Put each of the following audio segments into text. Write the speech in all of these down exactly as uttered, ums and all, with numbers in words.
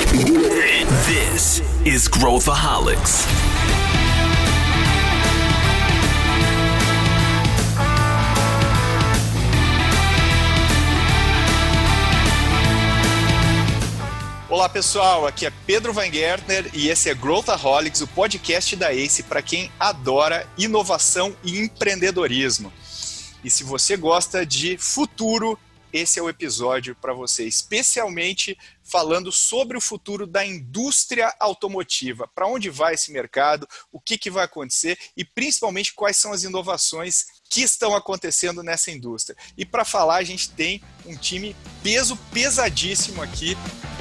This is Growthaholics. Olá pessoal, aqui é Pedro Weingärtner e esse é Growthaholics, o podcast da ACE para quem adora inovação e empreendedorismo. E se você gosta de futuro, esse é o episódio para você, especialmente falando sobre o futuro da indústria automotiva. Para onde vai esse mercado, o que, que vai acontecer e principalmente quais são as inovações que estão acontecendo nessa indústria. E para falar, a gente tem um time peso pesadíssimo aqui.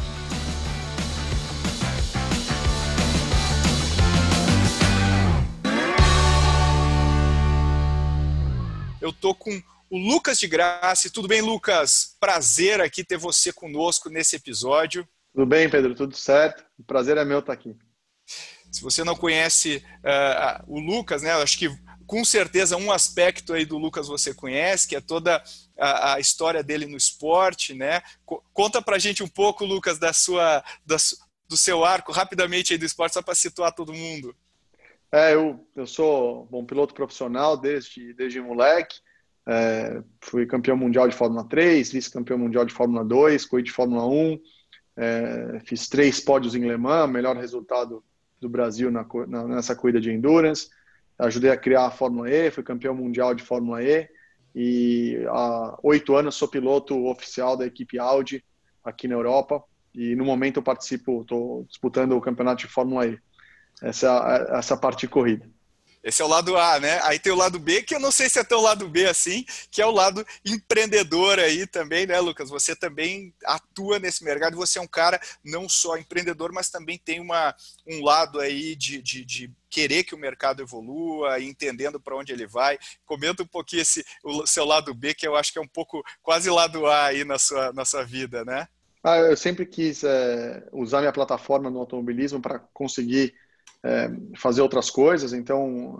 Eu tô com o Lucas de Grassi. Tudo bem, Lucas? Prazer aqui ter você conosco nesse episódio. Tudo bem, Pedro? Tudo certo? O prazer é meu estar aqui. Se você não conhece uh, o Lucas, né? Eu acho que com certeza um aspecto aí do Lucas você conhece, que é toda a, a história dele no esporte, né? Co- conta pra gente um pouco, Lucas, da sua, da, do seu arco, rapidamente aí do esporte, só para situar todo mundo. É, eu, eu sou bom piloto profissional desde, desde moleque. É, fui campeão mundial de Fórmula três, vice-campeão mundial de Fórmula dois, corri de Fórmula um. É, fiz três pódios em Le Mans, melhor resultado do Brasil na, na, nessa corrida de endurance. Ajudei a criar a Fórmula E, fui campeão mundial de Fórmula E. E há oito anos sou piloto oficial da equipe Audi aqui na Europa. E no momento eu participo, estou disputando o campeonato de Fórmula E. Essa, essa parte de corrida. Esse é o lado A, né? Aí tem o lado B, que eu não sei se é tão lado B assim, que é o lado empreendedor aí também, né, Lucas? Você também atua nesse mercado, você é um cara não só empreendedor, mas também tem uma, um lado aí de, de, de querer que o mercado evolua, entendendo para onde ele vai. Comenta um pouquinho esse, o seu lado B, que eu acho que é um pouco quase lado A aí na sua, na sua vida, né? Ah, eu sempre quis é, usar minha plataforma no automobilismo para conseguir É, fazer outras coisas, então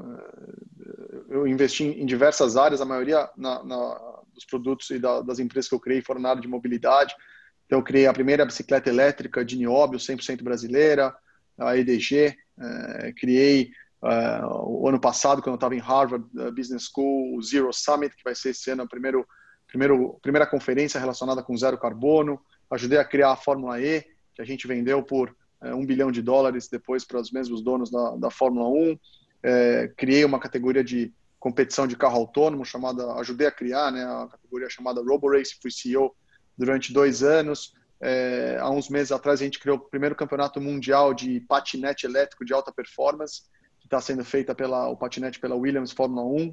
eu investi em diversas áreas, a maioria na, na, dos produtos e da, das empresas que eu criei foram na área de mobilidade. Então eu criei a primeira bicicleta elétrica de nióbio, cem por cento brasileira, a E D G, é, criei é, o ano passado, quando eu estava em Harvard Business School, o Zero Summit, que vai ser esse ano a primeiro, primeiro, primeira conferência relacionada com zero carbono. Ajudei a criar a Fórmula E, que a gente vendeu por um bilhão de dólares depois para os mesmos donos da, da Fórmula um. É, criei uma categoria de competição de carro autônomo, chamada, ajudei a criar, né, a categoria chamada RoboRace, fui C E O durante dois anos. É, há uns meses atrás a gente criou o primeiro campeonato mundial de patinete elétrico de alta performance, que está sendo feita pela, o patinete pela Williams Fórmula um.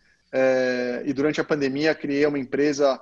É, e durante a pandemia criei uma empresa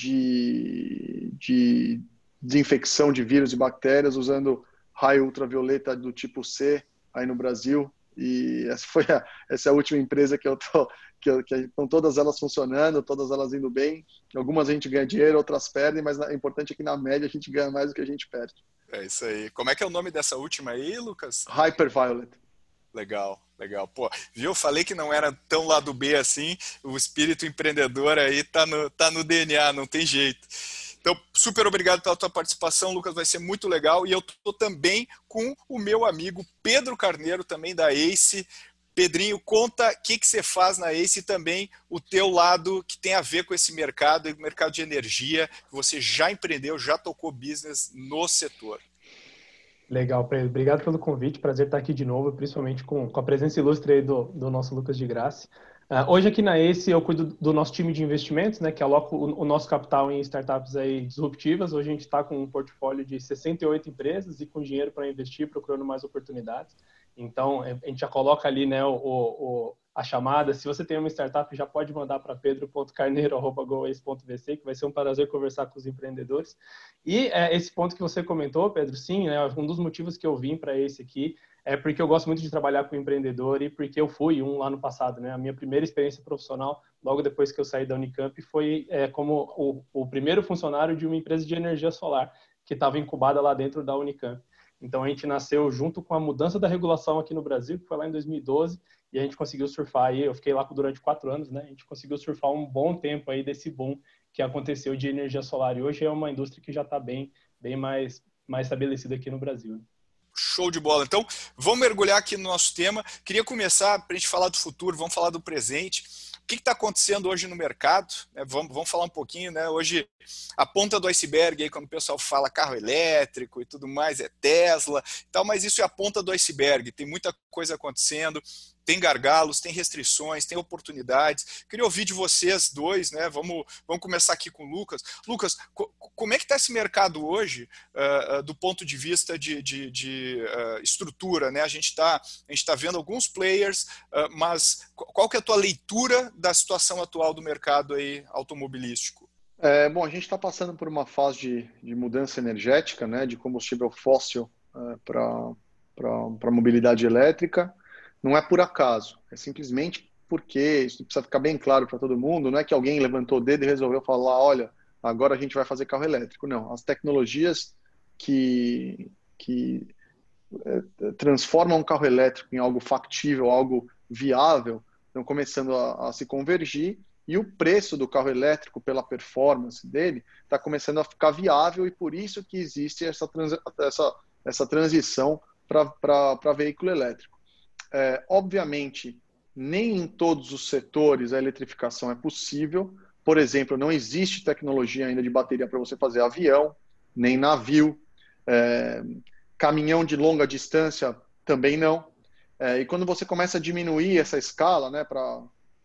de, de desinfecção de vírus e bactérias usando raio ultravioleta do tipo C aí no Brasil, e essa foi a, essa é a última empresa que eu tô, que, eu, que estão todas elas funcionando, todas elas indo bem. Algumas a gente ganha dinheiro, outras perdem, mas o importante é que na média a gente ganha mais do que a gente perde. É isso aí. Como é que é o nome dessa última aí, Lucas? Hyperviolet. Legal, legal. Pô, viu? Eu falei que não era tão lado B assim, o espírito empreendedor aí tá no, tá no D N A, não tem jeito. Então, super obrigado pela tua participação, Lucas, vai ser muito legal. E eu estou também com o meu amigo Pedro Carneiro, também da ACE. Pedrinho, conta o que, que você faz na ACE e também o teu lado que tem a ver com esse mercado, o mercado de energia, que você já empreendeu, já tocou business no setor. Legal, Pedro. Obrigado pelo convite. Prazer estar aqui de novo, principalmente com, com a presença ilustre aí do, do nosso Lucas de Grassi. Uh, hoje aqui na ACE eu cuido do nosso time de investimentos, né, que aloca o, o nosso capital em startups aí disruptivas. Hoje a gente está com um portfólio de sessenta e oito empresas e com dinheiro para investir, procurando mais oportunidades. Então, a gente já coloca ali, né, o, o, a chamada. Se você tem uma startup, já pode mandar para pedro ponto carneiro arroba goace ponto v c, que vai ser um prazer conversar com os empreendedores. E é, esse ponto que você comentou, Pedro, sim, né, um dos motivos que eu vim para esse aqui é porque eu gosto muito de trabalhar com empreendedor e porque eu fui um lá no passado, né? A minha primeira experiência profissional, logo depois que eu saí da Unicamp, foi é, como o, o primeiro funcionário de uma empresa de energia solar que estava incubada lá dentro da Unicamp. Então, a gente nasceu junto com a mudança da regulação aqui no Brasil, que foi lá em dois mil e doze, e a gente conseguiu surfar aí, eu fiquei lá durante quatro anos, né? A gente conseguiu surfar um bom tempo aí desse boom que aconteceu de energia solar. E hoje é uma indústria que já está bem, bem mais mais estabelecido aqui no Brasil. Show de bola. Então, vamos mergulhar aqui no nosso tema. Queria começar, para a gente falar do futuro, vamos falar do presente. O que está acontecendo hoje no mercado? É, vamos, vamos falar um pouquinho, né? Hoje, a ponta do iceberg, aí, quando o pessoal fala carro elétrico e tudo mais, é Tesla e tal, mas isso é a ponta do iceberg. Tem muita coisa acontecendo, tem gargalos, tem restrições, tem oportunidades. Queria ouvir de vocês dois, né? Vamos, vamos começar aqui com o Lucas. Lucas, co como é que está esse mercado hoje, uh, uh, do ponto de vista de, de, de uh, estrutura, né? A gente está tá vendo alguns players, uh, mas qual que é a tua leitura da situação atual do mercado aí automobilístico? É, bom, a gente está passando por uma fase de, de mudança energética, né? De combustível fóssil uh, para a mobilidade elétrica. Não é por acaso, é simplesmente porque, isso precisa ficar bem claro para todo mundo, não é que alguém levantou o dedo e resolveu falar, olha, agora a gente vai fazer carro elétrico. Não, as tecnologias que, que é, transformam um carro elétrico em algo factível, algo viável, estão começando a, a se convergir e o preço do carro elétrico pela performance dele está começando a ficar viável e por isso que existe essa, trans, essa, essa transição para veículo elétrico. É, obviamente, nem em todos os setores a eletrificação é possível. Por exemplo, não existe tecnologia ainda de bateria para você fazer avião, nem navio. É, caminhão de longa distância também não. É, e quando você começa a diminuir essa escala, né, para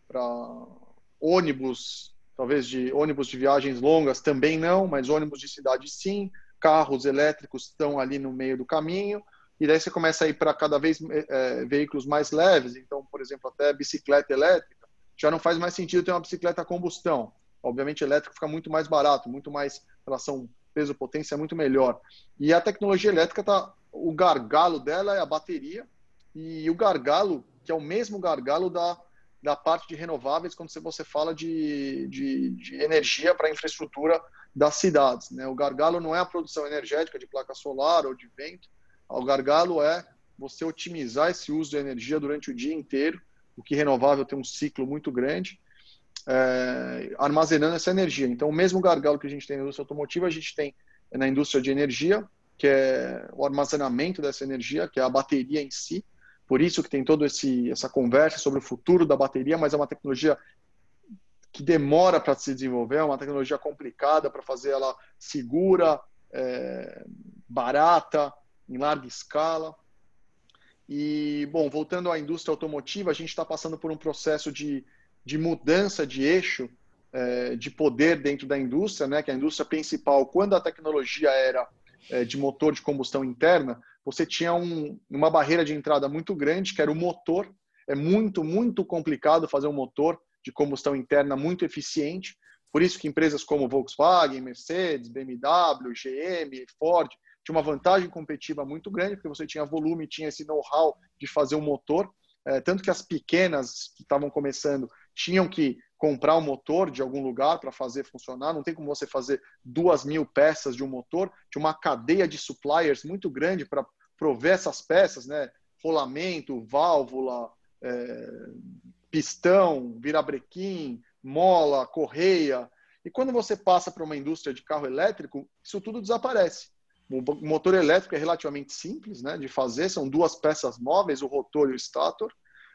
ônibus, talvez de ônibus de viagens longas também não, mas ônibus de cidade sim, carros elétricos estão ali no meio do caminho. E daí você começa a ir para cada vez é, veículos mais leves, então, por exemplo, até bicicleta elétrica, já não faz mais sentido ter uma bicicleta a combustão. Obviamente, elétrico fica muito mais barato, muito mais relação peso-potência, muito melhor. E a tecnologia elétrica, tá, o gargalo dela é a bateria, e o gargalo, que é o mesmo gargalo da, da parte de renováveis, quando você fala de, de, de energia para a infraestrutura das cidades, né? O gargalo não é a produção energética de placa solar ou de vento. O gargalo é você otimizar esse uso de energia durante o dia inteiro, o que renovável tem um ciclo muito grande, é, armazenando essa energia. Então, o mesmo gargalo que a gente tem na indústria automotiva, a gente tem na indústria de energia, que é o armazenamento dessa energia, que é a bateria em si. Por isso que tem toda essa conversa sobre o futuro da bateria, mas é uma tecnologia que demora para se desenvolver, é uma tecnologia complicada para fazer ela segura, é, barata, em larga escala. E, bom, voltando à indústria automotiva, a gente está passando por um processo de, de mudança de eixo, é, de poder dentro da indústria, né? Que a indústria principal, quando a tecnologia era é, de motor de combustão interna, você tinha um, uma barreira de entrada muito grande, que era o motor. É muito, muito complicado fazer um motor de combustão interna muito eficiente. Por isso que empresas como Volkswagen, Mercedes, B M W, G M, Ford, tinha uma vantagem competitiva muito grande, porque você tinha volume, tinha esse know-how de fazer um motor, é, tanto que as pequenas que estavam começando tinham que comprar um motor de algum lugar para fazer funcionar, não tem como você fazer duas mil peças de um motor, tinha uma cadeia de suppliers muito grande para prover essas peças, né? Rolamento, válvula, é, pistão, virabrequim, mola, correia. E quando você passa para uma indústria de carro elétrico, isso tudo desaparece. O motor elétrico é relativamente simples, né, de fazer, são duas peças móveis, o rotor e o stator.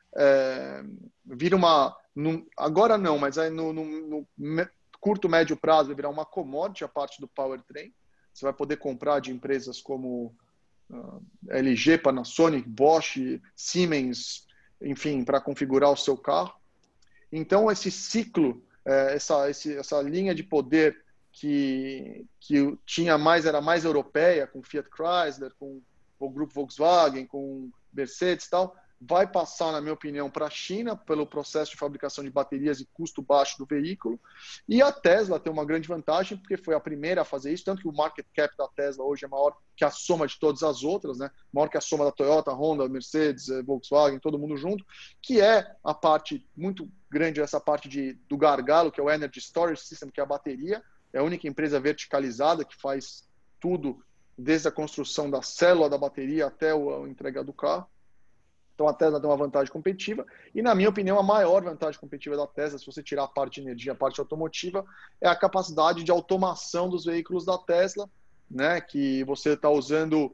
É, vira uma... No, agora não, mas aí no, no, no curto, médio prazo vai virar uma commodity a parte do powertrain. Você vai poder comprar de empresas como uh, L G, Panasonic, Bosch, Siemens, enfim, para configurar o seu carro. Então, esse ciclo, é, essa, esse, essa linha de poder que, que tinha mais, era mais europeia, com Fiat Chrysler, com o grupo Volkswagen, com Mercedes e tal, vai passar, na minha opinião, para a China, pelo processo de fabricação de baterias e custo baixo do veículo. E a Tesla tem uma grande vantagem, porque foi a primeira a fazer isso, tanto que o market cap da Tesla hoje é maior que a soma de todas as outras, né? Maior que a soma da Toyota, Honda, Mercedes, Volkswagen, todo mundo junto, que é a parte muito grande, essa parte de, do gargalo, que é o Energy Storage System, que é a bateria. É a única empresa verticalizada que faz tudo, desde a construção da célula da bateria até a entrega do carro. Então, a Tesla tem uma vantagem competitiva. E, na minha opinião, a maior vantagem competitiva da Tesla, se você tirar a parte de energia, a parte automotiva, é a capacidade de automação dos veículos da Tesla, né, que você está usando,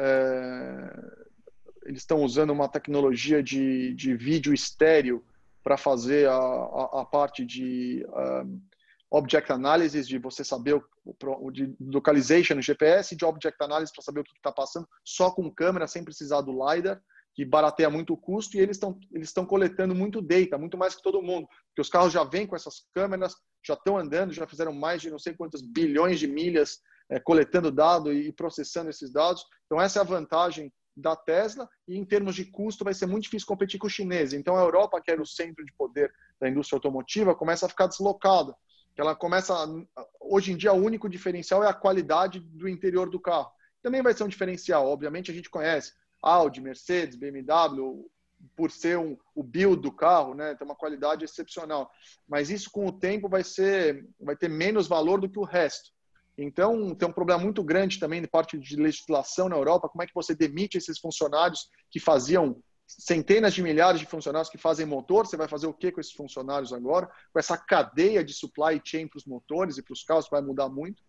é, eles estão usando uma tecnologia de, de vídeo estéreo para fazer a, a, a parte de um, object analysis, de você saber o, o de localization no G P S, de object analysis para saber o que está passando, só com câmera, sem precisar do LiDAR, que barateia muito o custo, e eles estão eles estão coletando muito data, muito mais que todo mundo, porque os carros já vêm com essas câmeras, já estão andando, já fizeram mais de não sei quantas bilhões de milhas é, coletando dados e processando esses dados. Então essa é a vantagem da Tesla, e em termos de custo vai ser muito difícil competir com o chinês. Então a Europa, que era o centro de poder da indústria automotiva, começa a ficar deslocada. Ela começa, hoje em dia, o único diferencial é a qualidade do interior do carro. Também vai ser um diferencial, obviamente a gente conhece Audi, Mercedes, B M W, por ser um, o build do carro, né, tem uma qualidade excepcional. Mas isso, com o tempo, vai ser, vai ter menos valor do que o resto. Então, tem um problema muito grande também de parte de legislação na Europa. Como é que você demite esses funcionários que faziam centenas de milhares de funcionários que fazem motor? Você vai fazer o que com esses funcionários agora? Com essa cadeia de supply chain para os motores e para os carros vai mudar muito.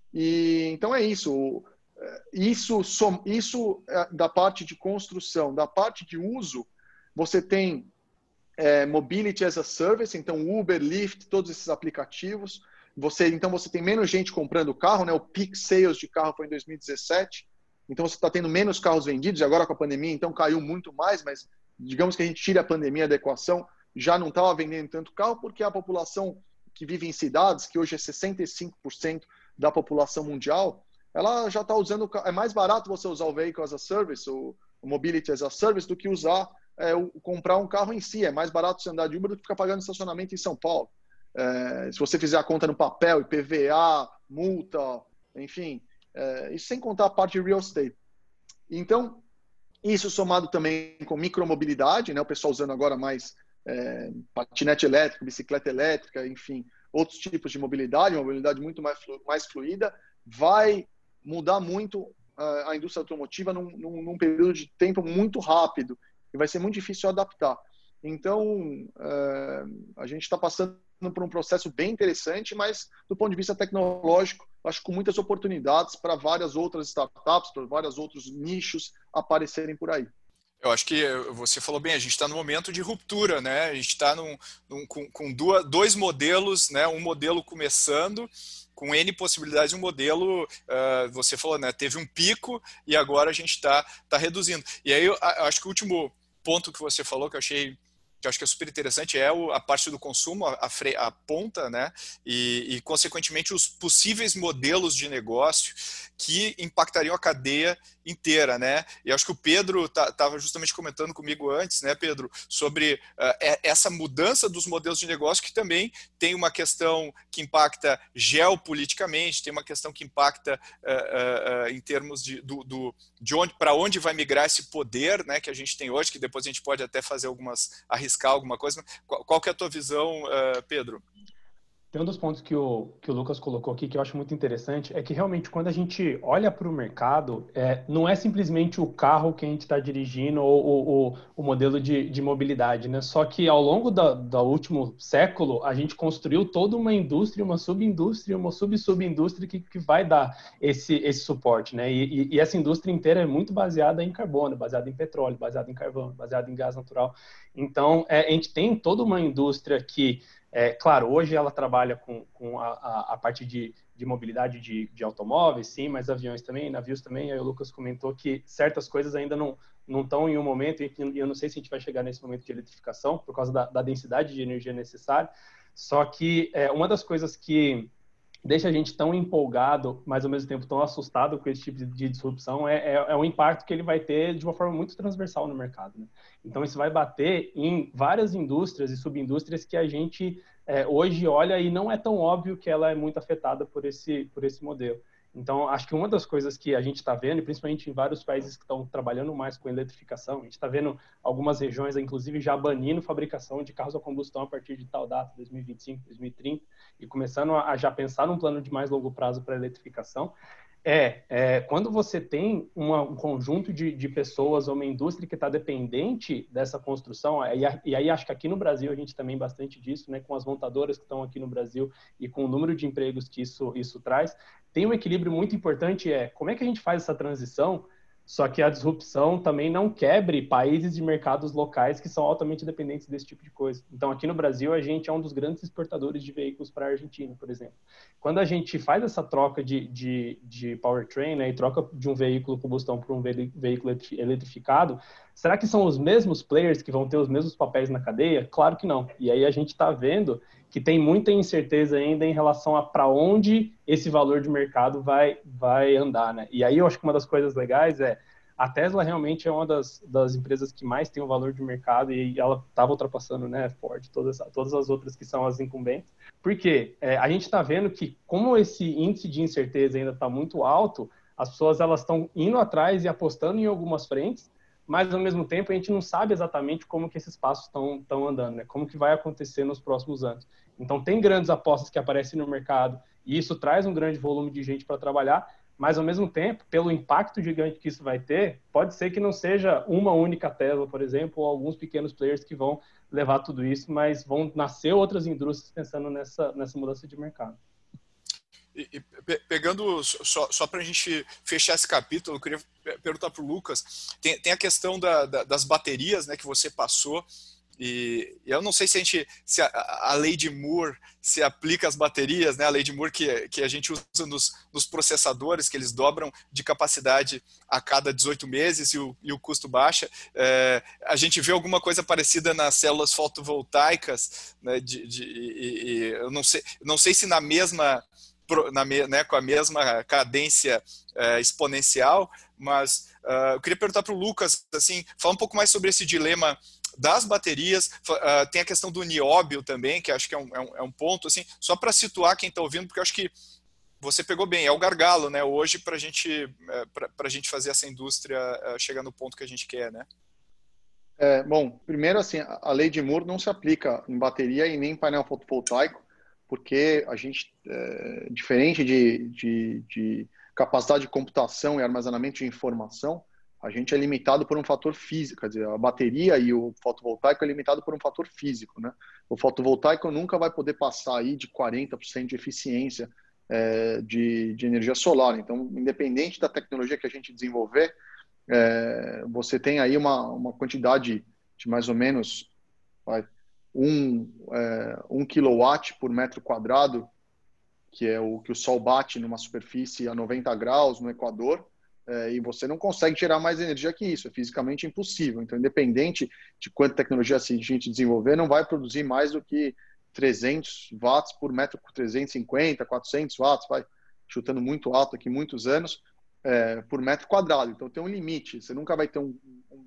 E então é isso. Isso, isso da parte de construção. Da parte de uso, você tem é, Mobility as a Service, então Uber, Lyft, todos esses aplicativos. Você, então você tem menos gente comprando carro, né? O peak sales de carro foi em dois mil e dezessete. Então você está tendo menos carros vendidos, e agora com a pandemia então caiu muito mais, mas digamos que a gente tire a pandemia da equação, já não estava vendendo tanto carro, porque a população que vive em cidades, que hoje é sessenta e cinco por cento da população mundial, ela já está usando, é mais barato você usar o Vehicle as a Service, o, o Mobility as a Service, do que usar, é, o, comprar um carro em si. É mais barato você andar de Uber do que ficar pagando estacionamento em São Paulo. É, se você fizer a conta no papel, I P V A, multa, enfim, é, isso sem contar a parte de real estate. Então, isso somado também com micromobilidade, né, o pessoal usando agora mais é, patinete elétrico, bicicleta elétrica, enfim, outros tipos de mobilidade, uma mobilidade muito mais, flu, mais fluida, vai mudar muito a, a indústria automotiva num, num, num período de tempo muito rápido, e vai ser muito difícil adaptar. Então, é, a gente está passando por um processo bem interessante, mas do ponto de vista tecnológico, acho que com muitas oportunidades para várias outras startups, para vários outros nichos aparecerem por aí. Eu acho que você falou bem, a gente está no momento de ruptura, né? A gente está num, num, com, com duas, dois modelos, né? Um modelo começando, com N possibilidades, um modelo, uh, você falou, né? Teve um pico e agora a gente está tá reduzindo. E aí eu, eu acho que o último ponto que você falou, que eu achei que eu acho que é super interessante, é a parte do consumo, a, fre, a ponta, né? E, e, consequentemente, os possíveis modelos de negócio que impactariam a cadeia inteira, né? E acho que o Pedro estava justamente comentando comigo antes, né, Pedro, sobre uh, essa mudança dos modelos de negócio, que também tem uma questão que impacta geopoliticamente, tem uma questão que impacta uh, uh, uh, em termos de, do, do, de onde, para onde vai migrar esse poder, né, que a gente tem hoje, que depois a gente pode até fazer algumas, arriscar alguma coisa. Qual, qual que é a tua visão, uh, Pedro? Tem um dos pontos que o, que o Lucas colocou aqui que eu acho muito interessante, é que realmente quando a gente olha para o mercado, é, não é simplesmente o carro que a gente está dirigindo ou, ou, ou o modelo de, de mobilidade, né? Só que ao longo da, do último século, a gente construiu toda uma indústria, uma subindústria, uma sub-subindústria que, que vai dar esse, esse suporte, né? E, e, e essa indústria inteira é muito baseada em carbono, baseada em petróleo, baseada em carvão, baseada em gás natural. Então, é, a gente tem toda uma indústria que É, claro, hoje ela trabalha com, com a, a, a parte de, de mobilidade de, de automóveis, sim, mas aviões também, navios também. Aí o Lucas comentou que certas coisas ainda não não estão em um momento, e eu não sei se a gente vai chegar nesse momento de eletrificação, por causa da, da densidade de energia necessária. Só que é, uma das coisas que deixa a gente tão empolgado, mas ao mesmo tempo tão assustado com esse tipo de, de disrupção, é, é, é o impacto que ele vai ter de uma forma muito transversal no mercado, né? Então, isso vai bater em várias indústrias e subindústrias que a gente é, hoje olha e não é tão óbvio que ela é muito afetada por esse, por esse modelo. Então, acho que uma das coisas que a gente está vendo, e principalmente em vários países que estão trabalhando mais com eletrificação, a gente está vendo algumas regiões, inclusive, já banindo fabricação de carros a combustão a partir de tal data, dois mil e vinte e cinco, dois mil e trinta, e começando a já pensar num plano de mais longo prazo para a eletrificação, É, é, quando você tem uma, um conjunto de, de pessoas, uma indústria que está dependente dessa construção, e, e aí acho que aqui no Brasil a gente também bastante disso, né, com as montadoras que estão aqui no Brasil e com o número de empregos que isso, isso traz, tem um equilíbrio muito importante, é como é que a gente faz essa transição, só que a disrupção também não quebre países e mercados locais que são altamente dependentes desse tipo de coisa. Então, aqui no Brasil, a gente é um dos grandes exportadores de veículos para a Argentina, por exemplo. Quando a gente faz essa troca de, de, de powertrain, né, e troca de um veículo combustão para um veículo eletrificado, será que são os mesmos players que vão ter os mesmos papéis na cadeia? Claro que não. E aí a gente está vendo que tem muita incerteza ainda em relação a para onde esse valor de mercado vai, vai andar, né? E aí eu acho que uma das coisas legais é a Tesla realmente é uma das, das empresas que mais tem o valor de mercado e ela estava ultrapassando, né, Ford, todas, todas as outras que são as incumbentes. Porque é, a gente está vendo que como esse índice de incerteza ainda está muito alto, as pessoas elas estão indo atrás e apostando em algumas frentes, mas ao mesmo tempo a gente não sabe exatamente como que esses passos estão estão andando, né? Como que vai acontecer nos próximos anos. Então tem grandes apostas que aparecem no mercado e isso traz um grande volume de gente para trabalhar, mas ao mesmo tempo, pelo impacto gigante que isso vai ter, pode ser que não seja uma única Tesla, por exemplo, ou alguns pequenos players que vão levar tudo isso, mas vão nascer outras indústrias pensando nessa, nessa mudança de mercado. E, e, pegando, só, só para a gente fechar esse capítulo, eu queria perguntar para o Lucas, tem, tem a questão da, da, das baterias, né, que você passou, e eu não sei se a gente, se a, a lei de Moore se aplica às baterias, né, a lei de Moore que, que a gente usa nos, nos processadores, que eles dobram de capacidade a cada dezoito meses e o, e o custo baixa. É, a gente vê alguma coisa parecida nas células fotovoltaicas, né, de, de, e, e eu não sei, não sei se na mesma Na, né, com a mesma cadência uh, exponencial, mas uh, eu queria perguntar para o Lucas, assim, falar um pouco mais sobre esse dilema das baterias, uh, tem a questão do nióbio também, que acho que é um, é um, é um ponto, assim, só para situar quem está ouvindo, porque eu acho que você pegou bem, é o gargalo, né, hoje para gente, uh, a gente fazer essa indústria uh, chegar no ponto que a gente quer, né? É, bom, primeiro, assim, a lei de Moore não se aplica em bateria e nem em painel fotovoltaico, porque a gente, é, diferente de, de, de capacidade de computação e armazenamento de informação, a gente é limitado por um fator físico, quer dizer, a bateria e o fotovoltaico é limitado por um fator físico, né? O fotovoltaico nunca vai poder passar aí de quarenta por cento de eficiência é, de, de energia solar. Então, independente da tecnologia que a gente desenvolver, é, você tem aí uma, uma quantidade de mais ou menos... Vai, Um, é, um quilowatt por metro quadrado, que é o que o Sol bate numa superfície a noventa graus no Equador, é, e você não consegue gerar mais energia que isso, é fisicamente impossível. Então, independente de quanta tecnologia a gente desenvolver, não vai produzir mais do que trezentos watts por metro, trezentos e cinquenta, quatrocentos watts, vai chutando muito alto aqui, muitos anos, é, por metro quadrado. Então, tem um limite, você nunca vai ter um,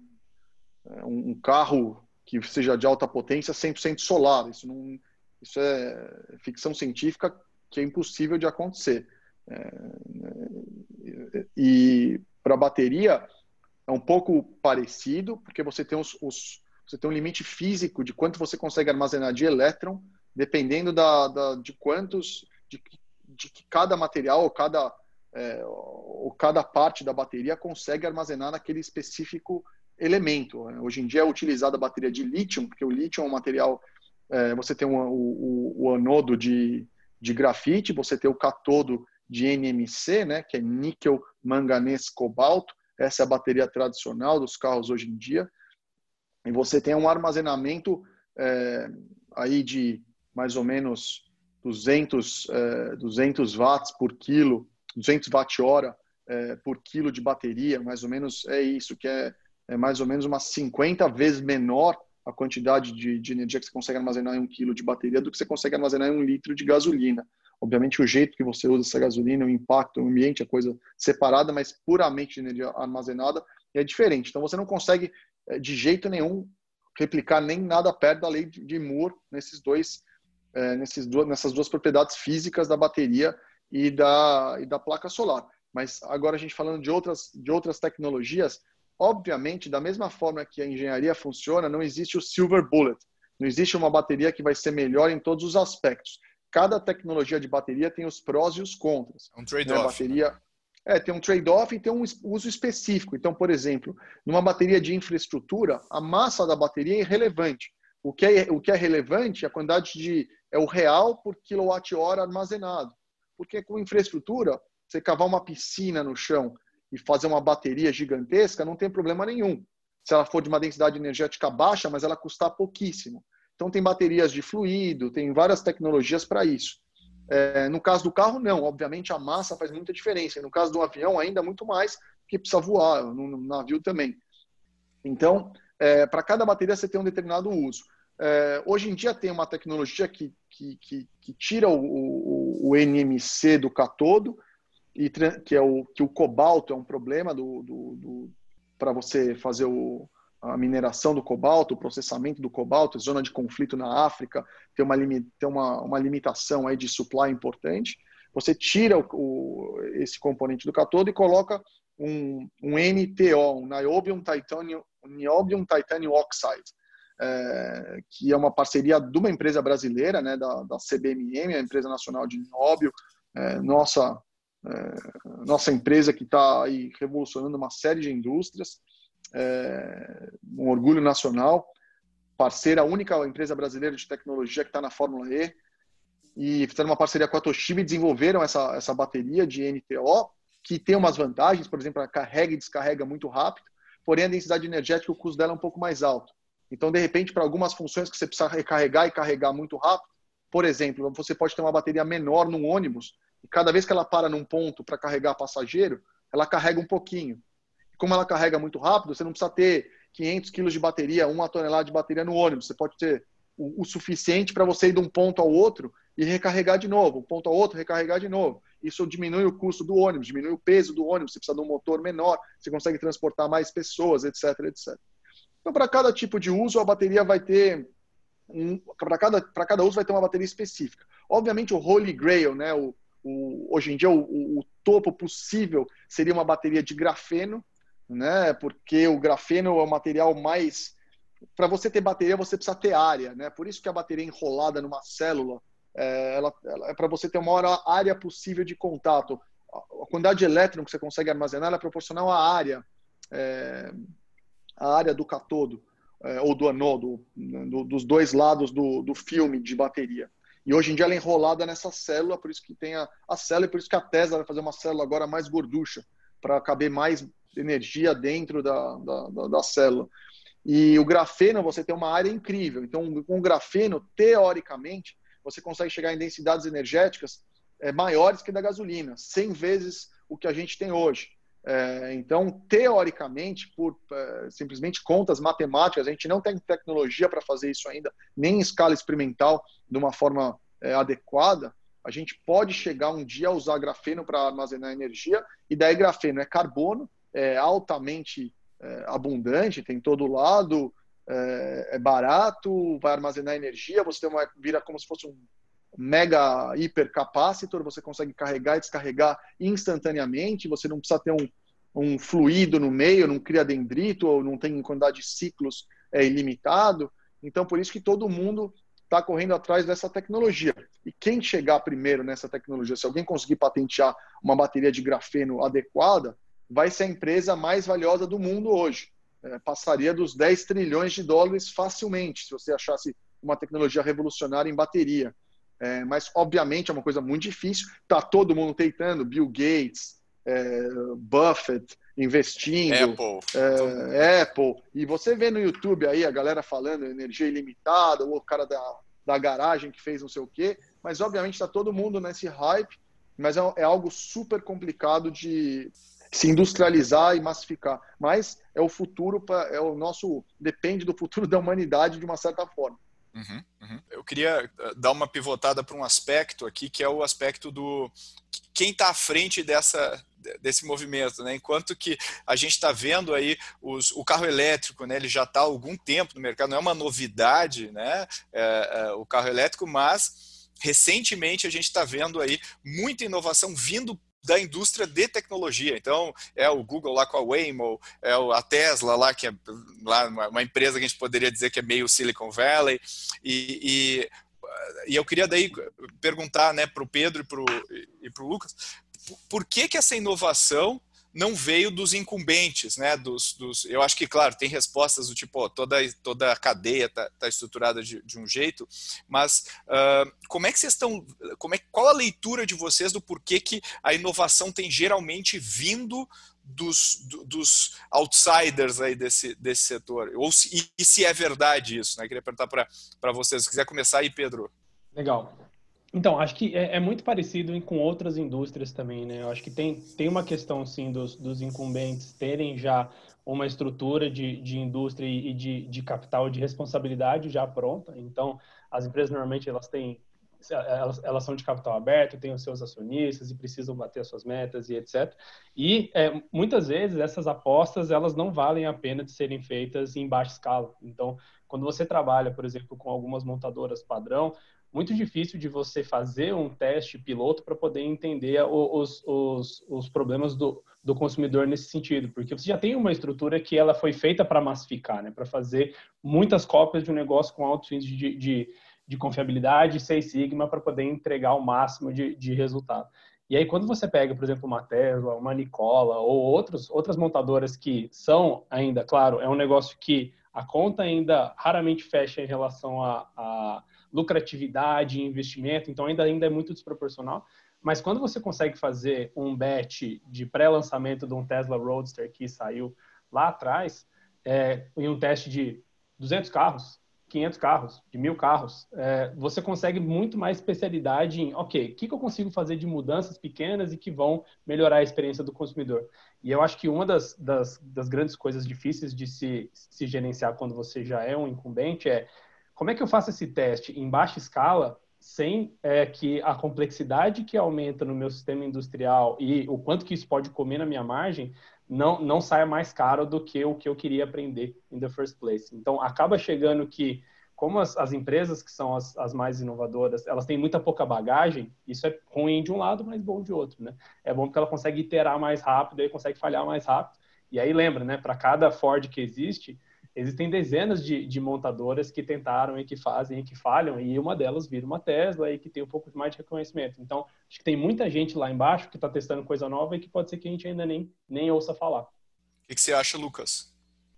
um, um carro que seja de alta potência cem por cento solar. Isso, não, isso é ficção científica que é impossível de acontecer. É, e para a bateria é um pouco parecido, porque você tem, os, os, você tem um limite físico de quanto você consegue armazenar de elétron, dependendo da, da, de quantos, de, de que cada material ou cada, é, ou cada parte da bateria consegue armazenar naquele específico elemento. Hoje em dia é utilizada a bateria de lítio, porque o lítio é um material, é, você tem um, o, o anodo de, de grafite, você tem o catodo de N M C, né, que é níquel, manganês, cobalto, essa é a bateria tradicional dos carros hoje em dia, e você tem um armazenamento é, aí de mais ou menos duzentos, é, duzentos watts por quilo, duzentos watt-hora é, por quilo de bateria, mais ou menos é isso, que é é mais ou menos umas cinquenta vezes menor a quantidade de, de energia que você consegue armazenar em um quilo de bateria do que você consegue armazenar em um litro de gasolina. Obviamente, o jeito que você usa essa gasolina, o impacto, o ambiente, é coisa separada, mas puramente de energia armazenada é diferente. Então, você não consegue, de jeito nenhum, replicar nem nada perto da lei de Moore nesses dois, é, nesses duas, nessas duas propriedades físicas da bateria e da, e da placa solar. Mas agora a gente falando de outras, de outras tecnologias, obviamente, da mesma forma que a engenharia funciona, não existe o silver bullet. Não existe uma bateria que vai ser melhor em todos os aspectos. Cada tecnologia de bateria tem os prós e os contras. É um trade-off. Bateria, É, tem um trade-off e tem um uso específico. Então, por exemplo, numa bateria de infraestrutura, a massa da bateria é irrelevante. O que é, o que é relevante é a quantidade de... é o real por quilowatt-hora armazenado. Porque com infraestrutura, você cavar uma piscina no chão e fazer uma bateria gigantesca, não tem problema nenhum. Se ela for de uma densidade energética baixa, mas ela custar pouquíssimo. Então, tem baterias de fluido, tem várias tecnologias para isso. É, no caso do carro, não. Obviamente, a massa faz muita diferença. E no caso do avião, ainda muito mais, porque precisa voar, no, no navio também. Então, é, para cada bateria, você tem um determinado uso. É, hoje em dia, tem uma tecnologia que, que, que, que tira o, o, o N M C do catodo, e, que, é o, que o cobalto é um problema do, do, do, para você fazer o... a mineração do cobalto, o processamento do cobalto, zona de conflito na África, tem uma, tem uma, uma limitação aí de supply importante. Você tira o, o, esse componente do catodo e coloca um, um N T O, um Niobium Titanium, Niobium Titanium Oxide, é, que é uma parceria de uma empresa brasileira, né, da, da C B M M, a Empresa Nacional de Nióbio, é, nossa, é, nossa empresa que está aí revolucionando uma série de indústrias. É, um orgulho nacional, parceira, a única empresa brasileira de tecnologia que está na Fórmula E, e fizeram uma parceria com a Toshiba e desenvolveram essa, essa bateria de N T O, que tem umas vantagens, por exemplo, ela carrega e descarrega muito rápido, porém a densidade energética, o custo dela é um pouco mais alto. Então, de repente, para algumas funções que você precisa recarregar e carregar muito rápido, por exemplo, você pode ter uma bateria menor num ônibus, e cada vez que ela para num ponto para carregar passageiro, ela carrega um pouquinho. Como ela carrega muito rápido, você não precisa ter quinhentos quilos de bateria, uma tonelada de bateria no ônibus. Você pode ter o, o suficiente para você ir de um ponto ao outro e recarregar de novo. Um ponto ao outro, recarregar de novo. Isso diminui o custo do ônibus, diminui o peso do ônibus. Você precisa de um motor menor, você consegue transportar mais pessoas, etc, etcétera. Então, para cada tipo de uso, a bateria vai ter... Um, para cada, para cada uso vai ter uma bateria específica. Obviamente, o Holy Grail, né, o, o, hoje em dia, o, o, o topo possível seria uma bateria de grafeno, né? Porque o grafeno é o material mais... Para você ter bateria, você precisa ter área, né? Por isso que a bateria enrolada numa célula, é, ela, ela é para você ter a maior área possível de contato. A quantidade de elétron que você consegue armazenar ela é proporcional à área, é, à área do catodo, é, ou do anodo, do, dos dois lados do, do filme de bateria. E hoje em dia ela é enrolada nessa célula, por isso que tem a, a célula, e por isso que a Tesla vai fazer uma célula agora mais gorducha, para caber mais energia dentro da, da, da, da célula. E o grafeno, você tem uma área incrível. Então, com o grafeno, teoricamente, você consegue chegar em densidades energéticas é, maiores que da gasolina, cem vezes o que a gente tem hoje. É, então, teoricamente, por é, simplesmente contas matemáticas, a gente não tem tecnologia para fazer isso ainda, nem em escala experimental, de uma forma é, adequada. A gente pode chegar um dia a usar grafeno para armazenar energia, e daí grafeno é carbono, é altamente é, abundante, tem todo lado, é, é barato, vai armazenar energia, você tem uma, vira como se fosse um mega hipercapacitor, você consegue carregar e descarregar instantaneamente, você não precisa ter um, um fluido no meio, não cria dendrito, ou não tem quantidade de ciclos é, ilimitado. Então, por isso que todo mundo está correndo atrás dessa tecnologia. E quem chegar primeiro nessa tecnologia, se alguém conseguir patentear uma bateria de grafeno adequada, vai ser a empresa mais valiosa do mundo hoje. É, passaria dos dez trilhões de dólares facilmente, se você achasse uma tecnologia revolucionária em bateria. É, mas, obviamente, é uma coisa muito difícil. Está todo mundo tentando, Bill Gates, é, Buffett investindo, Apple. É, Apple. E você vê no YouTube aí a galera falando energia ilimitada, ou o cara da, da garagem que fez não sei o quê. Mas, obviamente, está todo mundo nesse hype, mas é, é algo super complicado de se industrializar e massificar. Mas é o futuro, é o nosso, depende do futuro da humanidade de uma certa forma. Uhum, uhum. Eu queria dar uma pivotada para um aspecto aqui, que é o aspecto do quem está à frente dessa, desse movimento, né? Enquanto que a gente está vendo aí os, o carro elétrico, né? Ele já está há algum tempo no mercado, não é uma novidade, né? É, é, o carro elétrico, mas recentemente a gente está vendo aí muita inovação vindo da indústria de tecnologia. Então, é o Google lá com a Waymo, é a Tesla lá, que é lá uma empresa que a gente poderia dizer que é meio Silicon Valley. E, e, e eu queria daí perguntar, né, para o Pedro e para o Lucas, por que que essa inovação não veio dos incumbentes, né? Dos, dos, eu acho que, claro, tem respostas do tipo, ó, toda, toda a cadeia está tá estruturada de, de um jeito, mas uh, como é que vocês estão, como é, qual a leitura de vocês do porquê que a inovação tem geralmente vindo dos, do, dos outsiders aí desse, desse setor? Ou se, e, e se é verdade isso, né? Queria perguntar para vocês. Se quiser começar aí, Pedro. Legal. Então, acho que é, é muito parecido com outras indústrias também, né? Eu acho que tem, tem uma questão, sim, dos, dos incumbentes terem já uma estrutura de, de indústria e de, de capital de responsabilidade já pronta. Então, as empresas, normalmente, elas têm, elas, elas são de capital aberto, têm os seus acionistas e precisam bater as suas metas e etcétera. E, é, muitas vezes, essas apostas, elas não valem a pena de serem feitas em baixa escala. Então, quando você trabalha, por exemplo, com algumas montadoras padrão, muito difícil de você fazer um teste piloto para poder entender os, os, os problemas do, do consumidor nesse sentido, porque você já tem uma estrutura que ela foi feita para massificar, né, para fazer muitas cópias de um negócio com altos índices de, de, de confiabilidade, Six Sigma, para poder entregar o máximo de, de resultado. E aí, quando você pega, por exemplo, uma Tesla, uma Nikola ou outros, outras montadoras que são ainda, claro, é um negócio que a conta ainda raramente fecha em relação a, a lucratividade e investimento, então ainda, ainda é muito desproporcional. Mas quando você consegue fazer um bet de pré-lançamento de um Tesla Roadster que saiu lá atrás, é, em um teste de duzentos carros, quinhentos carros, de mil carros, é, você consegue muito mais especialidade em, ok, o que, que eu consigo fazer de mudanças pequenas e que vão melhorar a experiência do consumidor. E eu acho que uma das, das, das grandes coisas difíceis de se, se gerenciar quando você já é um incumbente é como é que eu faço esse teste em baixa escala sem é, que a complexidade que aumenta no meu sistema industrial e o quanto que isso pode comer na minha margem não, não saia mais caro do que o que eu queria aprender in the first place. Então, acaba chegando que, como as, as empresas que são as, as mais inovadoras, elas têm muita pouca bagagem, isso é ruim de um lado, mas bom de outro, né? É bom porque ela consegue iterar mais rápido, aí consegue falhar mais rápido. E aí, lembra, né? Para cada Ford que existe, existem dezenas de, de montadoras que tentaram e que fazem e que falham, e uma delas vira uma Tesla e que tem um pouco mais de reconhecimento. Então, acho que tem muita gente lá embaixo que está testando coisa nova e que pode ser que a gente ainda nem, nem ouça falar. O que, que você acha, Lucas?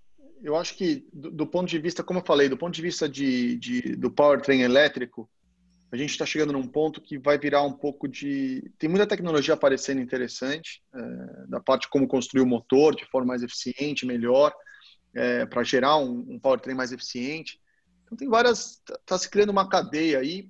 Eu acho que, do, do ponto de vista, como eu falei, do ponto de vista de, de, do powertrain elétrico, a gente está chegando num ponto que vai virar um pouco de... Tem muita tecnologia aparecendo interessante, é, da parte de como construir o motor de forma mais eficiente, melhor, É, para gerar um, um powertrain mais eficiente. Então tem várias, está se criando uma cadeia aí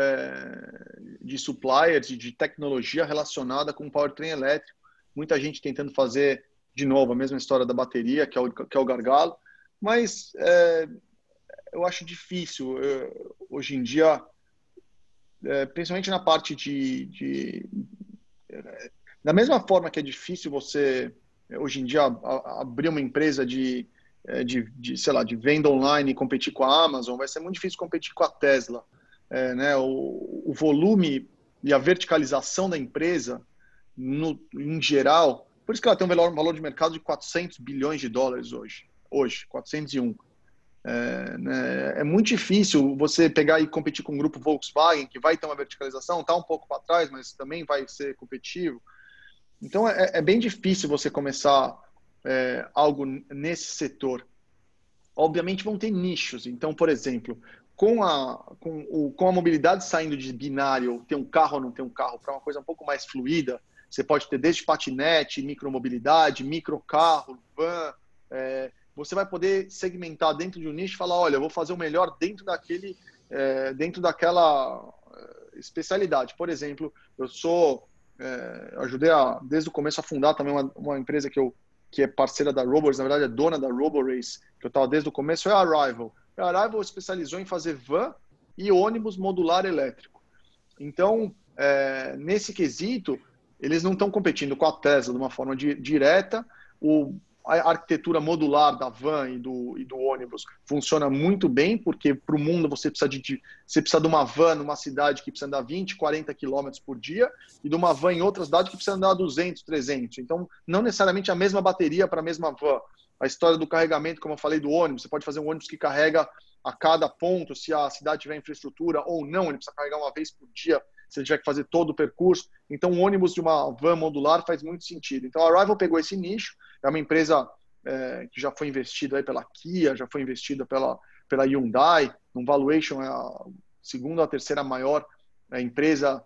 é, de suppliers e de tecnologia relacionada com o powertrain elétrico. Muita gente tentando fazer de novo a mesma história da bateria, que é o, que é o gargalo, mas é, eu acho difícil eu, hoje em dia, é, principalmente na parte de, de é, da mesma forma que é difícil você hoje em dia a, abrir uma empresa de De, de, sei lá, de venda online e competir com a Amazon, vai ser muito difícil competir com a Tesla. É, né? o, o volume e a verticalização da empresa, no, em geral, por isso que ela tem um valor, um valor de mercado de quatrocentos bilhões de dólares hoje. Hoje, quatrocentos e um. É, né? É muito difícil você pegar e competir com o grupo Volkswagen, que vai ter uma verticalização, está um pouco para trás, mas também vai ser competitivo. Então, é, é bem difícil você começar É, algo nesse setor. Obviamente vão ter nichos. Então, por exemplo, com a, com o, com a mobilidade saindo de binário, ter um carro ou não ter um carro, para uma coisa um pouco mais fluida, você pode ter desde patinete, micromobilidade, microcarro, van. É, você vai poder segmentar dentro de um nicho e falar, olha, eu vou fazer o melhor dentro daquele, é, dentro daquela especialidade. Por exemplo, eu sou, é, eu ajudei a, desde o começo a fundar também uma, uma empresa que eu que é parceira da Roborace, na verdade é dona da Roborace, que eu estava desde o começo, é a Arrival. A Arrival especializou em fazer van e ônibus modular elétrico. Então, é, nesse quesito, eles não estão competindo com a Tesla de uma forma di- direta. O, a arquitetura modular da van e do, e do ônibus funciona muito bem, porque para o mundo você precisa, de, de, você precisa de uma van numa cidade que precisa andar vinte, quarenta quilômetros por dia e de uma van em outra cidade que precisa andar duzentos, trezentos. Então, não necessariamente a mesma bateria para a mesma van. A história do carregamento, como eu falei, do ônibus, você pode fazer um ônibus que carrega a cada ponto, se a cidade tiver infraestrutura ou não, ele precisa carregar uma vez por dia se ele tiver que fazer todo o percurso. Então, um ônibus de uma van modular faz muito sentido. Então, a Arrival pegou esse nicho, é uma empresa é, que já foi investida aí pela Kia, já foi investida pela, pela Hyundai, um valuation é a segunda ou a terceira maior é, empresa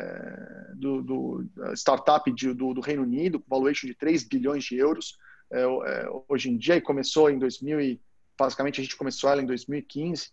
é, do, do startup de, do, do Reino Unido, com valuation de três bilhões de euros é, é, hoje em dia, e começou em dois mil e basicamente a gente começou ela em dois mil e quinze,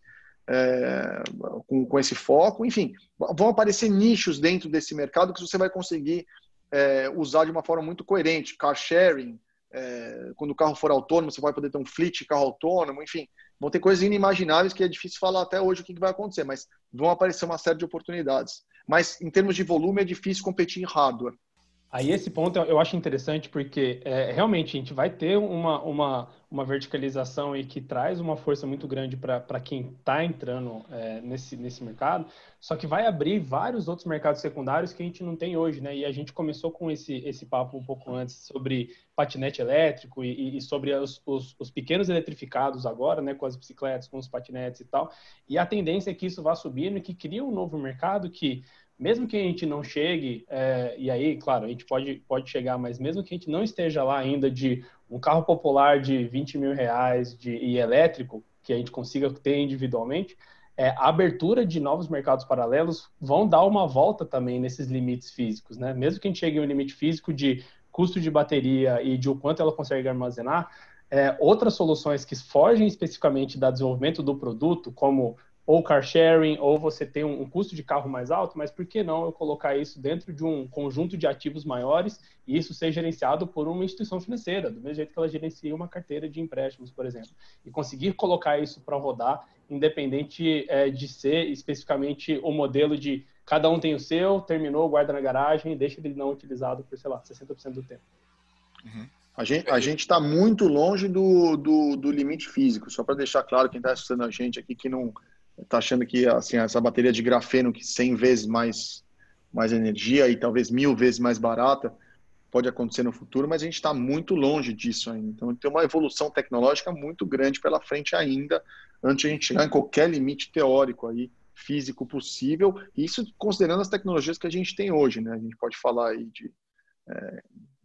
é, com, com esse foco. Enfim, vão aparecer nichos dentro desse mercado que você vai conseguir é, usar de uma forma muito coerente. Car sharing, é, quando o carro for autônomo, você vai poder ter um fleet de carro autônomo, enfim, vão ter coisas inimagináveis que é difícil falar até hoje o que vai acontecer, mas vão aparecer uma série de oportunidades. Mas, em termos de volume, é difícil competir em hardware. Aí esse ponto eu acho interessante porque é, realmente a gente vai ter uma, uma, uma verticalização e que traz uma força muito grande para quem está entrando é, nesse, nesse mercado, só que vai abrir vários outros mercados secundários que a gente não tem hoje, né? E a gente começou com esse, esse papo um pouco antes sobre patinete elétrico e, e sobre os, os, os pequenos eletrificados agora, né? Com as bicicletas, com os patinetes e tal. E a tendência é que isso vá subindo e que cria um novo mercado que mesmo que a gente não chegue, é, e aí, claro, a gente pode, pode chegar, mas mesmo que a gente não esteja lá ainda de um carro popular de vinte mil reais de, e elétrico, que a gente consiga ter individualmente, é, a abertura de novos mercados paralelos vão dar uma volta também nesses limites físicos, né? Mesmo que a gente chegue em um limite físico de custo de bateria e de o quanto ela consegue armazenar, é, outras soluções que fogem especificamente do desenvolvimento do produto, como ou car sharing, ou você tem um, um custo de carro mais alto, mas por que não eu colocar isso dentro de um conjunto de ativos maiores e isso ser gerenciado por uma instituição financeira, do mesmo jeito que ela gerencia uma carteira de empréstimos, por exemplo, e conseguir colocar isso para rodar, independente é, de ser especificamente o modelo de cada um tem o seu, terminou, guarda na garagem e deixa ele não utilizado por, sei lá, sessenta por cento do tempo. Uhum. A gente a gente está muito longe do, do, do limite físico, só para deixar claro quem está assistindo a gente aqui que não está achando que assim, essa bateria de grafeno que cem vezes mais, mais energia e talvez mil vezes mais barata pode acontecer no futuro, mas a gente está muito longe disso ainda. Então tem uma evolução tecnológica muito grande pela frente ainda, antes de a gente chegar em qualquer limite teórico aí, físico possível, isso considerando as tecnologias que a gente tem hoje, né? A gente pode falar aí de é,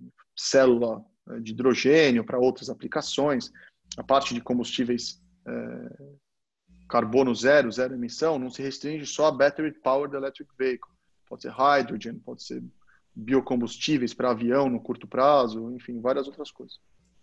célula de hidrogênio para outras aplicações, a parte de combustíveis é, carbono zero, zero emissão, não se restringe só a battery powered electric vehicle. Pode ser hydrogen, pode ser biocombustíveis para avião no curto prazo, enfim, várias outras coisas.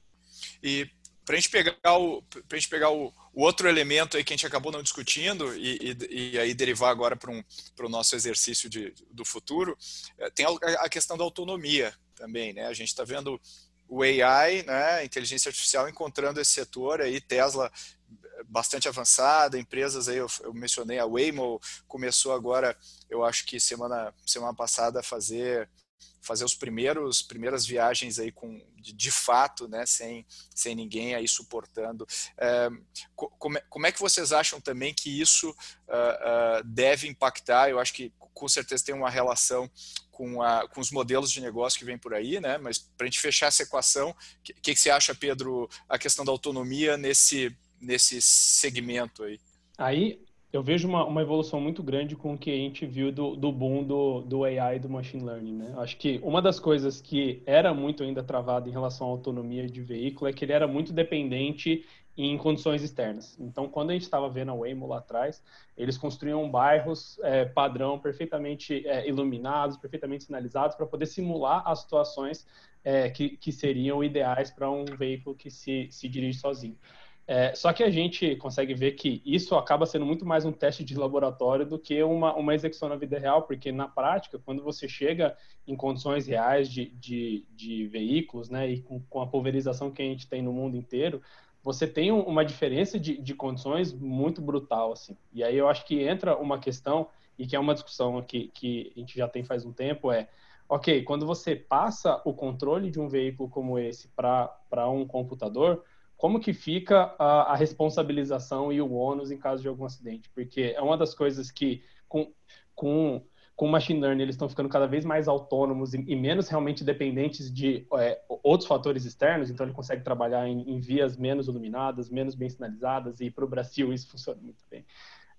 E para a gente pegar, o, pra gente pegar o, o outro elemento aí que a gente acabou não discutindo e, e, e aí derivar agora para um, o nosso exercício de, do futuro, tem a, a questão da autonomia também, né? A gente está vendo o A I, né, inteligência artificial, encontrando esse setor aí, Tesla bastante avançada, empresas aí, eu, eu mencionei a Waymo, começou agora, eu acho que semana, semana passada a fazer, fazer os primeiros, primeiras viagens aí com, de, de fato, né, sem, sem ninguém aí suportando. É, como, como é que vocês acham também que isso uh, uh, deve impactar? Eu acho que com certeza tem uma relação com, a, com os modelos de negócio que vem por aí, né? Mas para a gente fechar essa equação, o que, que, que você acha, Pedro, a questão da autonomia nesse, nesse segmento aí? Aí eu vejo uma, uma evolução muito grande com o que a gente viu do, do boom do, do A I e do Machine Learning, né? Acho que uma das coisas que era muito ainda travada em relação à autonomia de veículo é que ele era muito dependente em condições externas. Então, quando a gente estava vendo a Waymo lá atrás, eles construíam bairros é, padrão, perfeitamente é, iluminados, perfeitamente sinalizados, para poder simular as situações é, que, que seriam ideais para um veículo que se, se dirige sozinho. É, só que a gente consegue ver que isso acaba sendo muito mais um teste de laboratório do que uma, uma execução na vida real, porque na prática, quando você chega em condições reais de, de, de veículos, né, e com, com a pulverização que a gente tem no mundo inteiro, você tem uma diferença de, de condições muito brutal, assim. E aí eu acho que entra uma questão, e que é uma discussão que, que a gente já tem faz um tempo, é, ok, quando você passa o controle de um veículo como esse para um computador, como que fica a, a responsabilização e o ônus em caso de algum acidente? Porque é uma das coisas que, com, com, com o machine learning, eles estão ficando cada vez mais autônomos e, e menos realmente dependentes de é, outros fatores externos, então ele consegue trabalhar em, em vias menos iluminadas, menos bem sinalizadas, e para o Brasil isso funciona muito bem.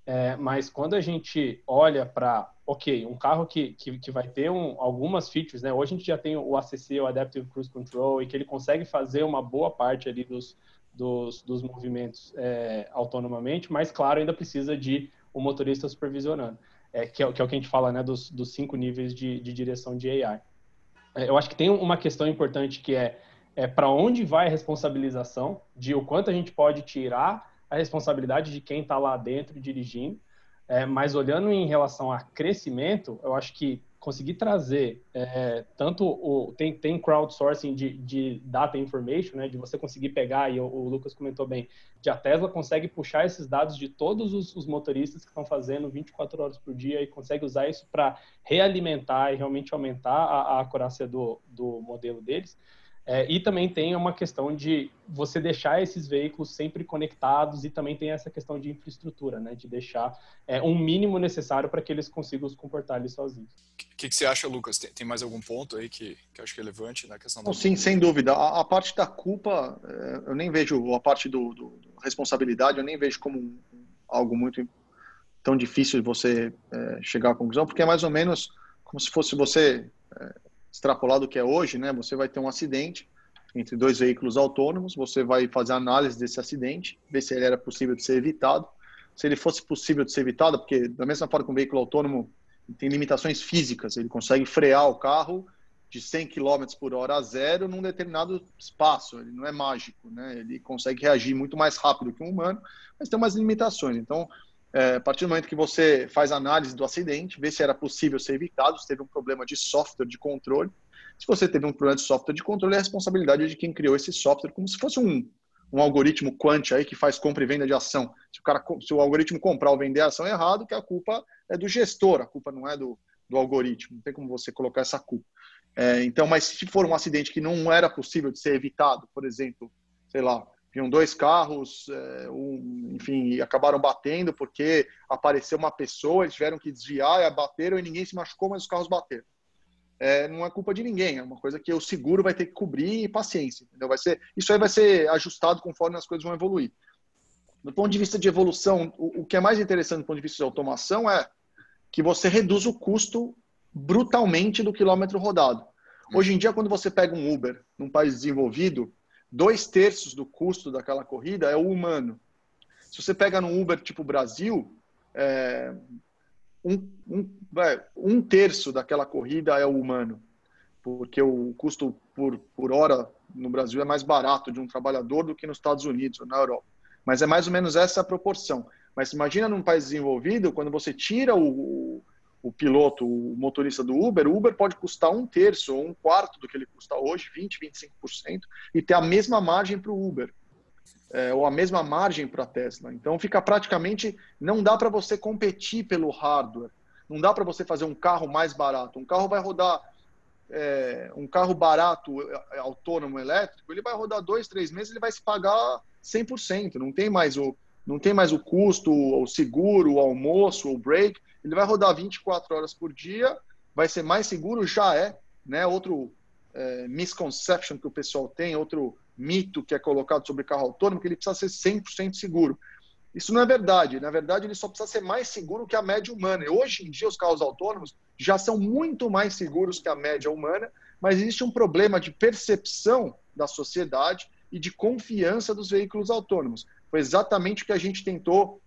É, mas quando a gente olha para, ok, um carro que, que, que vai ter um, algumas features, né? Hoje a gente já tem o A C C, o Adaptive Cruise Control, e que ele consegue fazer uma boa parte ali dos, dos, dos movimentos é, autonomamente, mas, claro, ainda precisa de um motorista supervisionando, é, que, é, que é o que a gente fala, né, dos, dos cinco níveis de, de direção de A I. É, eu acho que tem uma questão importante que é, é para onde vai a responsabilização, de o quanto a gente pode tirar a responsabilidade de quem está lá dentro dirigindo, é, mas olhando em relação a crescimento, eu acho que conseguir trazer é, tanto o tem, tem crowdsourcing de, de data information, né, de você conseguir pegar, e o, o Lucas comentou bem, de a Tesla consegue puxar esses dados de todos os, os motoristas que estão fazendo vinte e quatro horas por dia e consegue usar isso para realimentar e realmente aumentar a, a acurácia do, do modelo deles. É, e também tem uma questão de você deixar esses veículos sempre conectados, e também tem essa questão de infraestrutura, né? De deixar é, um mínimo necessário para que eles consigam se comportar ali sozinhos. O que, que você acha, Lucas? Tem, tem mais algum ponto aí que, que eu acho que é relevante na questão Não, do... sim, sem dúvida. A, a parte da culpa, eu nem vejo a parte do, do, do responsabilidade, eu nem vejo como um, algo muito tão difícil de você é, chegar à conclusão, porque é mais ou menos como se fosse você... É, extrapolar do que é hoje, né? Você vai ter um acidente entre dois veículos autônomos, você vai fazer a análise desse acidente, ver se ele era possível de ser evitado. Se ele fosse possível de ser evitado, porque da mesma forma que um veículo autônomo tem limitações físicas, ele consegue frear o carro de cem quilômetros por hora a zero num determinado espaço, ele não é mágico, né? Ele consegue reagir muito mais rápido que um humano, mas tem umas limitações. Então, é, a partir do momento que você faz a análise do acidente, vê se era possível ser evitado, se teve um problema de software de controle. Se você teve um problema de software de controle, é a responsabilidade de quem criou esse software, como se fosse um, um algoritmo quant aí que faz compra e venda de ação. Se o, cara, se o algoritmo comprar ou vender a ação errado, que a culpa é do gestor, a culpa não é do, do algoritmo, não tem como você colocar essa culpa. É, então, mas se for um acidente que não era possível de ser evitado, por exemplo, sei lá, vinham dois carros, é, um, enfim, e acabaram batendo porque apareceu uma pessoa, eles tiveram que desviar, e bateram e ninguém se machucou, mas os carros bateram. É, não é culpa de ninguém, é uma coisa que o seguro vai ter que cobrir e paciência. Entendeu? Vai ser, isso aí vai ser ajustado conforme as coisas vão evoluir. Do ponto de vista de evolução, o, o que é mais interessante do ponto de vista de automação é que você reduz o custo brutalmente do quilômetro rodado. Hoje em dia, quando você pega um Uber num país desenvolvido, dois terços do custo daquela corrida é o humano. Se você pega num Uber tipo Brasil, é, um, um, um terço daquela corrida é o humano, porque o custo por, por hora no Brasil é mais barato de um trabalhador do que nos Estados Unidos ou na Europa. Mas é mais ou menos essa a proporção. Mas imagina num país desenvolvido, quando você tira o, o piloto, o motorista do Uber, o Uber pode custar um terço ou um quarto do que ele custa hoje, vinte, vinte e cinco por cento, e ter a mesma margem para o Uber, é, ou a mesma margem para a Tesla. Então fica praticamente, não dá para você competir pelo hardware, não dá para você fazer um carro mais barato. Um carro vai rodar, é, um carro barato, autônomo, elétrico, ele vai rodar dois, três meses, ele vai se pagar cem por cento, não tem mais o, não tem mais o custo, o seguro, o almoço, o break, ele vai rodar vinte e quatro horas por dia, vai ser mais seguro, já é, né? Outro é, misconception que o pessoal tem, outro mito que é colocado sobre carro autônomo, que ele precisa ser cem por cento seguro. Isso não é verdade. Na verdade, ele só precisa ser mais seguro que a média humana. E hoje em dia, os carros autônomos já são muito mais seguros que a média humana, mas existe um problema de percepção da sociedade e de confiança dos veículos autônomos. Foi exatamente o que a gente tentou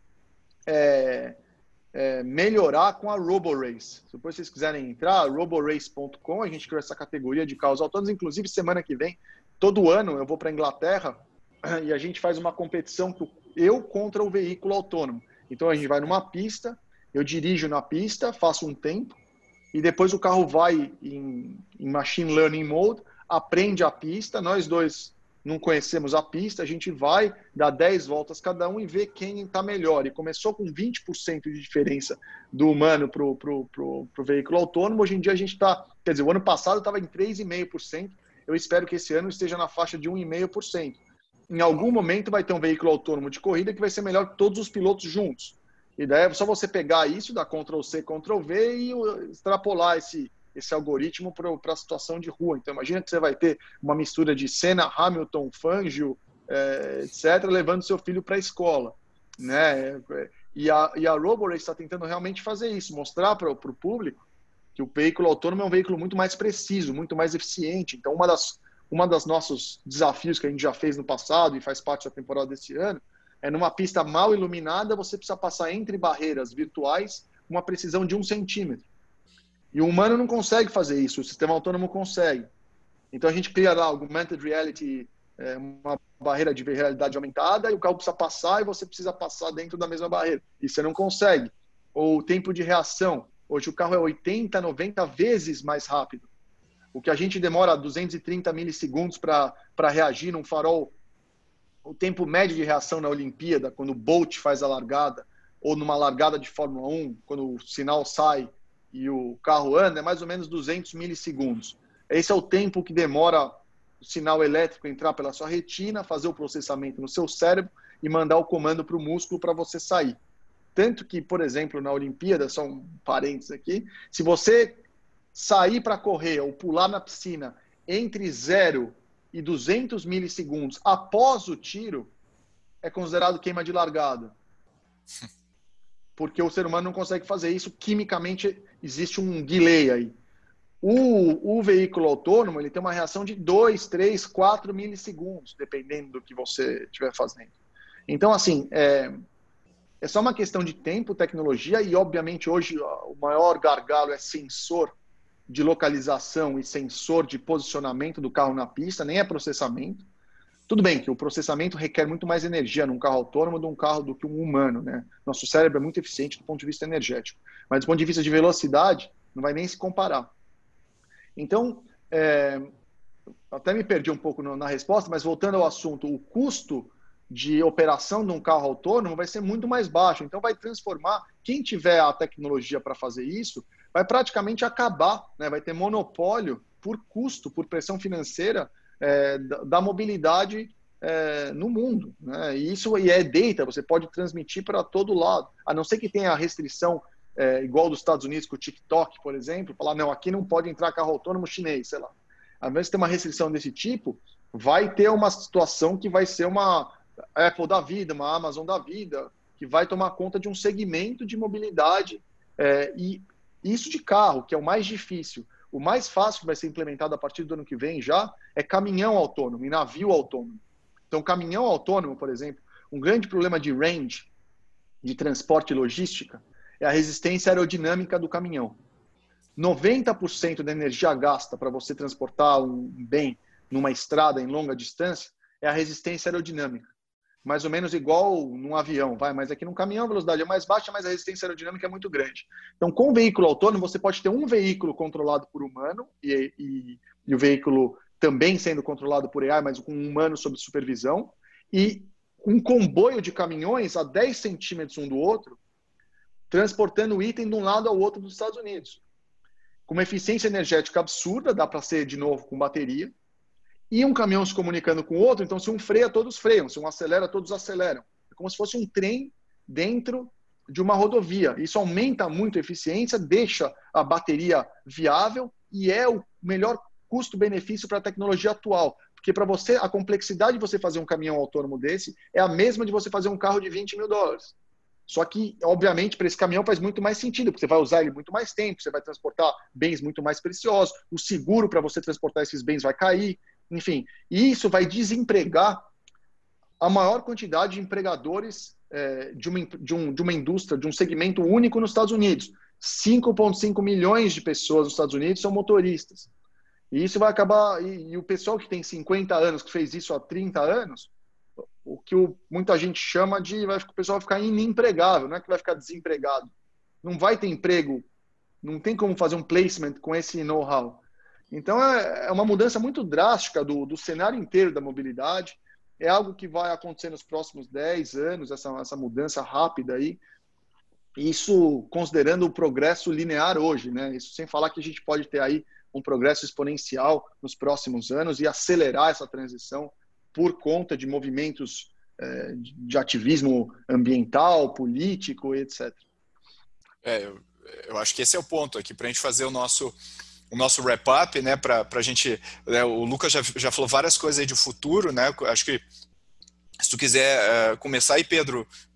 é, é, melhorar com a RoboRace. Se depois vocês quiserem entrar, roborace ponto com, a gente criou essa categoria de carros autônomos. Inclusive, semana que vem, todo ano, eu vou para a Inglaterra e a gente faz uma competição eu contra o veículo autônomo. Então, a gente vai numa pista, eu dirijo na pista, faço um tempo, e depois o carro vai em, em machine learning mode, aprende a pista, nós dois não conhecemos a pista, a gente vai, dá dez voltas cada um e vê quem está melhor. E começou com vinte por cento de diferença do humano para o pro, pro, pro veículo autônomo. Hoje em dia a gente está, quer dizer, o ano passado estava em três vírgula cinco por cento, eu espero que esse ano esteja na faixa de um vírgula cinco por cento. Em algum momento vai ter um veículo autônomo de corrida que vai ser melhor que todos os pilotos juntos. E daí é só você pegar isso, dar control C, control V e extrapolar esse, esse algoritmo para a situação de rua. Então imagina que você vai ter uma mistura de Senna, Hamilton, Fangio, é, etcétera, levando seu filho para a escola. Né? E a, e a RoboRace está tentando realmente fazer isso, mostrar para o público que o veículo autônomo é um veículo muito mais preciso, muito mais eficiente. Então, uma das, uma das nossos desafios que a gente já fez no passado e faz parte da temporada desse ano é numa pista mal iluminada, você precisa passar entre barreiras virtuais com uma precisão de um centímetro. E o humano não consegue fazer isso, o sistema autônomo consegue. Então, a gente cria lá augmented reality, é, uma barreira de realidade aumentada, e o carro precisa passar e você precisa passar dentro da mesma barreira. E você não consegue. Ou o tempo de reação. Hoje o carro é oitenta, noventa vezes mais rápido. O que a gente demora duzentos e trinta milissegundos para reagir num farol, o tempo médio de reação na Olimpíada, quando o Bolt faz a largada, ou numa largada de Fórmula um, quando o sinal sai e o carro anda, é mais ou menos duzentos milissegundos. Esse é o tempo que demora o sinal elétrico entrar pela sua retina, fazer o processamento no seu cérebro e mandar o comando para o músculo para você sair. Tanto que, por exemplo, na Olimpíada, só um parênteses aqui, se você sair para correr ou pular na piscina entre zero e duzentos milissegundos após o tiro, é considerado queima de largada. Porque o ser humano não consegue fazer isso, quimicamente existe um delay aí. O, o veículo autônomo ele tem uma reação de dois, três, quatro milissegundos, dependendo do que você estiver fazendo. Então, assim, é, é só uma questão de tempo, tecnologia, e obviamente hoje o maior gargalo é sensor de localização e sensor de posicionamento do carro na pista, nem é processamento. Tudo bem que o processamento requer muito mais energia num carro autônomo do, um carro, do que um humano, né? Nosso cérebro é muito eficiente do ponto de vista energético, mas do ponto de vista de velocidade, não vai nem se comparar. Então, é, até me perdi um pouco no, na resposta, mas voltando ao assunto, o custo de operação de um carro autônomo vai ser muito mais baixo. Então, vai transformar, quem tiver a tecnologia para fazer isso, vai praticamente acabar, né? Vai ter monopólio por custo, por pressão financeira é, da, da mobilidade é, no mundo, né? E isso e é data, você pode transmitir para todo lado, a não ser que tenha a restrição é, igual dos Estados Unidos com o TikTok, por exemplo, falar, não, aqui não pode entrar carro autônomo chinês, sei lá. Ao invés de ter uma restrição desse tipo, vai ter uma situação que vai ser uma Apple da vida, uma Amazon da vida, que vai tomar conta de um segmento de mobilidade é, e isso de carro, que é o mais difícil. O mais fácil que vai ser implementado a partir do ano que vem já é caminhão autônomo e navio autônomo. Então, caminhão autônomo, por exemplo, um grande problema de range, de transporte e logística, é a resistência aerodinâmica do caminhão. noventa por cento da energia gasta para você transportar um bem numa estrada em longa distância é a resistência aerodinâmica. Mais ou menos igual num avião, vai, mas aqui num caminhão a velocidade é mais baixa, mas a resistência aerodinâmica é muito grande. Então, com o veículo autônomo, você pode ter um veículo controlado por humano e, e, e o veículo também sendo controlado por A I, mas com um humano sob supervisão, e um comboio de caminhões a dez centímetros um do outro, transportando o item de um lado ao outro dos Estados Unidos. Com uma eficiência energética absurda, dá para ser de novo com bateria, e um caminhão se comunicando com o outro, então se um freia, todos freiam, se um acelera, todos aceleram. É como se fosse um trem dentro de uma rodovia. Isso aumenta muito a eficiência, deixa a bateria viável e é o melhor custo-benefício para a tecnologia atual. Porque para você, a complexidade de você fazer um caminhão autônomo desse é a mesma de você fazer um carro de vinte mil dólares. Só que, obviamente, para esse caminhão faz muito mais sentido, porque você vai usar ele muito mais tempo, você vai transportar bens muito mais preciosos, o seguro para você transportar esses bens vai cair. Enfim, e isso vai desempregar a maior quantidade de empregadores é, de, uma, de, um, de uma indústria, de um segmento único nos Estados Unidos. cinco vírgula cinco milhões de pessoas nos Estados Unidos são motoristas. E isso vai acabar... E, e o pessoal que tem cinquenta anos, que fez isso há trinta anos, o que o, muita gente chama de... Vai, o pessoal vai ficar inempregável, não é que vai ficar desempregado. Não vai ter emprego, não tem como fazer um placement com esse know-how. Então, é uma mudança muito drástica do, do cenário inteiro da mobilidade. É algo que vai acontecer nos próximos dez anos, essa, essa mudança rápida aí. Isso considerando o progresso linear hoje, né? Isso sem falar que a gente pode ter aí um progresso exponencial nos próximos anos e acelerar essa transição por conta de movimentos é, de ativismo ambiental, político, etcétera. É, eu, eu acho que esse é o ponto aqui, para a gente fazer o nosso... o nosso wrap-up, né, para a gente, né, o Lucas já, já falou várias coisas aí de futuro, né, acho que se tu quiser uh, começar aí, Pedro,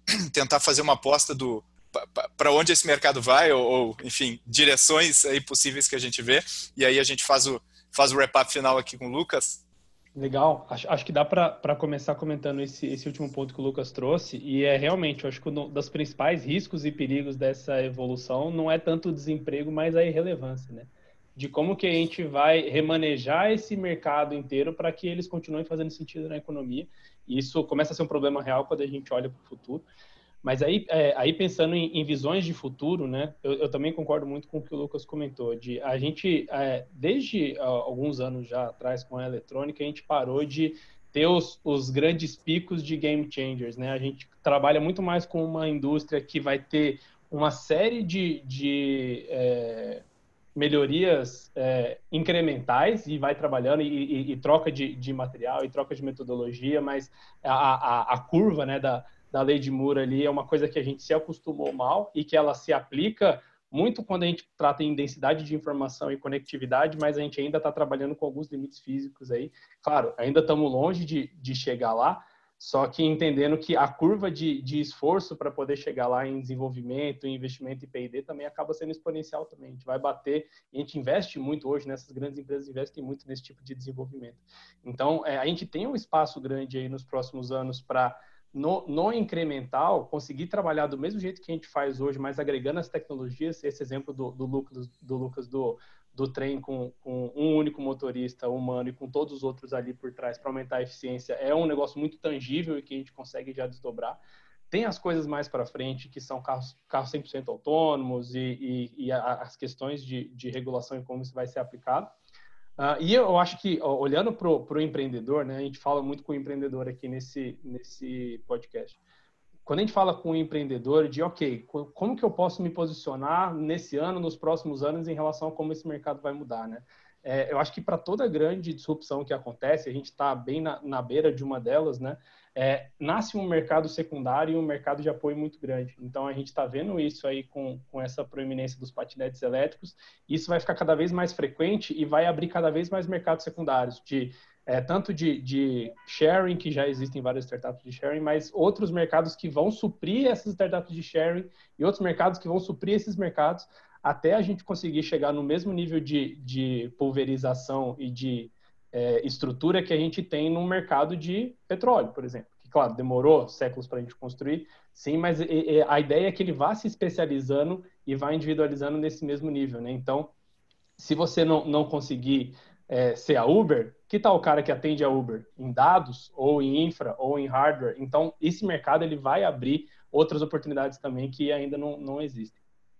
tentar fazer uma aposta do para onde esse mercado vai, ou, ou, enfim, direções aí possíveis que a gente vê, e aí a gente faz o, faz o wrap-up final aqui com o Lucas. Legal, acho, acho que dá para começar comentando esse, esse último ponto que o Lucas trouxe, e é realmente, eu acho que um dos principais riscos e perigos dessa evolução não é tanto o desemprego, mas a irrelevância, né? De como que a gente vai remanejar esse mercado inteiro para que eles continuem fazendo sentido na economia, e isso começa a ser um problema real quando a gente olha para o futuro. Mas aí, é, aí pensando em, em visões de futuro, né, eu, eu também concordo muito com o que o Lucas comentou, de a gente, é, desde uh, alguns anos já atrás com a eletrônica, a gente parou de ter os, os grandes picos de game changers, né, a gente trabalha muito mais com uma indústria que vai ter uma série de, de é, melhorias é, incrementais e vai trabalhando e, e, e troca de, de material e troca de metodologia, mas a, a, a curva, né, da da lei de Moore ali é uma coisa que a gente se acostumou mal e que ela se aplica muito quando a gente trata em densidade de informação e conectividade, mas a gente ainda está trabalhando com alguns limites físicos aí. Claro, ainda estamos longe de, de chegar lá, só que entendendo que a curva de, de esforço para poder chegar lá em desenvolvimento, em investimento e P e D também acaba sendo exponencial também. A gente vai bater, e a gente investe muito hoje, nessas grandes empresas investem muito nesse tipo de desenvolvimento. Então, é, a gente tem um espaço grande aí nos próximos anos para No, no incremental, conseguir trabalhar do mesmo jeito que a gente faz hoje, mas agregando as tecnologias, esse exemplo do, do Lucas, do, Lucas do, do trem com, com um único motorista humano e com todos os outros ali por trás para aumentar a eficiência, é um negócio muito tangível e que a gente consegue já desdobrar. Tem as coisas mais para frente, que são carros, carros cem por cento autônomos e, e, e as questões de, de regulação e como isso vai ser aplicado. Uh, e eu acho que, ó, olhando para o empreendedor, né, a gente fala muito com o empreendedor aqui nesse, nesse podcast. Quando a gente fala com o empreendedor de, ok, como que eu posso me posicionar nesse ano, nos próximos anos, em relação a como esse mercado vai mudar, né? É, eu acho que para toda grande disrupção que acontece, a gente está bem na, na beira de uma delas, né? É, nasce um mercado secundário e um mercado de apoio muito grande. Então, a gente está vendo isso aí com, com essa proeminência dos patinetes elétricos. Isso vai ficar cada vez mais frequente e vai abrir cada vez mais mercados secundários, de, é, tanto de, de sharing, que já existem várias startups de sharing, mas outros mercados que vão suprir essas startups de sharing e outros mercados que vão suprir esses mercados, até a gente conseguir chegar no mesmo nível de, de pulverização e de é, estrutura que a gente tem no mercado de petróleo, por exemplo. Que, claro, demorou séculos para a gente construir, sim, mas e, e, a ideia é que ele vá se especializando e vá individualizando nesse mesmo nível, né? Então, se você não, não conseguir é, ser a Uber, que tal o cara que atende a Uber? Em dados, ou em infra, ou em hardware? Então, esse mercado ele vai abrir outras oportunidades também que ainda não, não existem.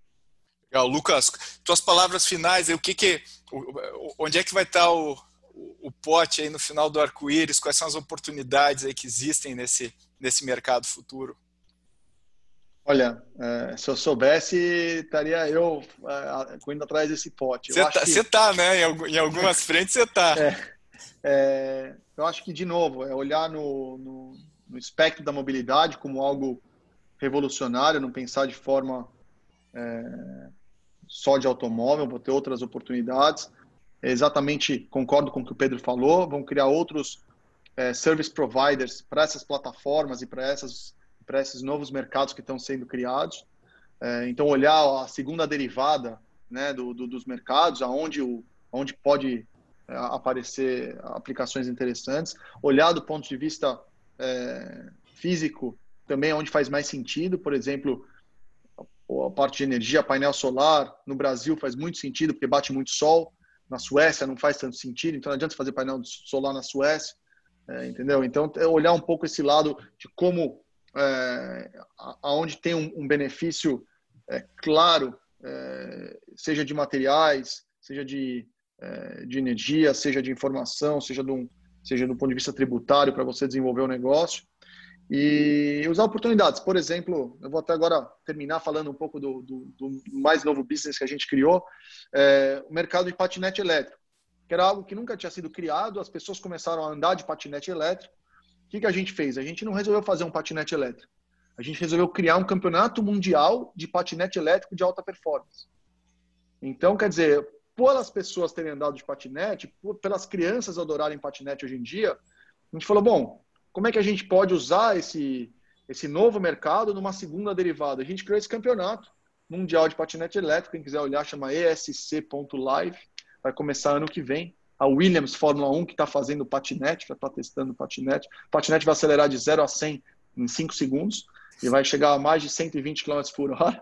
Legal. Lucas, tuas palavras finais, o que que, onde é que vai estar o, o pote aí no final do arco-íris? Quais são as oportunidades aí que existem nesse, nesse mercado futuro? Olha, é, se eu soubesse, estaria eu é, correndo atrás desse pote. Você tá, que... tá, né? Em algumas frentes você tá. É, é, eu acho que, de novo, é olhar no, no, no espectro da mobilidade como algo revolucionário, não pensar de forma é, só de automóvel, vou ter outras oportunidades. É exatamente, concordo com o que o Pedro falou, vão criar outros é, service providers para essas plataformas e para essas para esses novos mercados que estão sendo criados. É, então, olhar a segunda derivada, né, do, do, dos mercados, aonde, o, onde pode é, aparecer aplicações interessantes. Olhar do ponto de vista é, físico, também onde faz mais sentido. Por exemplo, a parte de energia, painel solar, no Brasil faz muito sentido, porque bate muito sol. Na Suécia não faz tanto sentido, então não adianta fazer painel solar na Suécia. É, entendeu? Então, é olhar um pouco esse lado de como É, aonde tem um, um benefício é, claro, é, seja de materiais, seja de, é, de energia, seja de informação, seja, de um, seja do ponto de vista tributário para você desenvolver o negócio e usar oportunidades. Por exemplo, eu vou até agora terminar falando um pouco do, do, do mais novo business que a gente criou, é, o mercado de patinete elétrico, que era algo que nunca tinha sido criado, as pessoas começaram a andar de patinete elétrico. O que, que a gente fez? A gente não resolveu fazer um patinete elétrico. A gente resolveu criar um campeonato mundial de patinete elétrico de alta performance. Então, quer dizer, pelas pessoas terem andado de patinete, pelas crianças adorarem patinete hoje em dia, a gente falou, bom, como é que a gente pode usar esse, esse novo mercado numa segunda derivada. A gente criou esse campeonato mundial de patinete elétrico, quem quiser olhar, chama E S C ponto live, vai começar ano que vem. A Williams Fórmula um, que está fazendo patinete, já está testando patinete. O patinete vai acelerar de zero a cem em cinco segundos e vai chegar a mais de cento e vinte quilômetros por hora,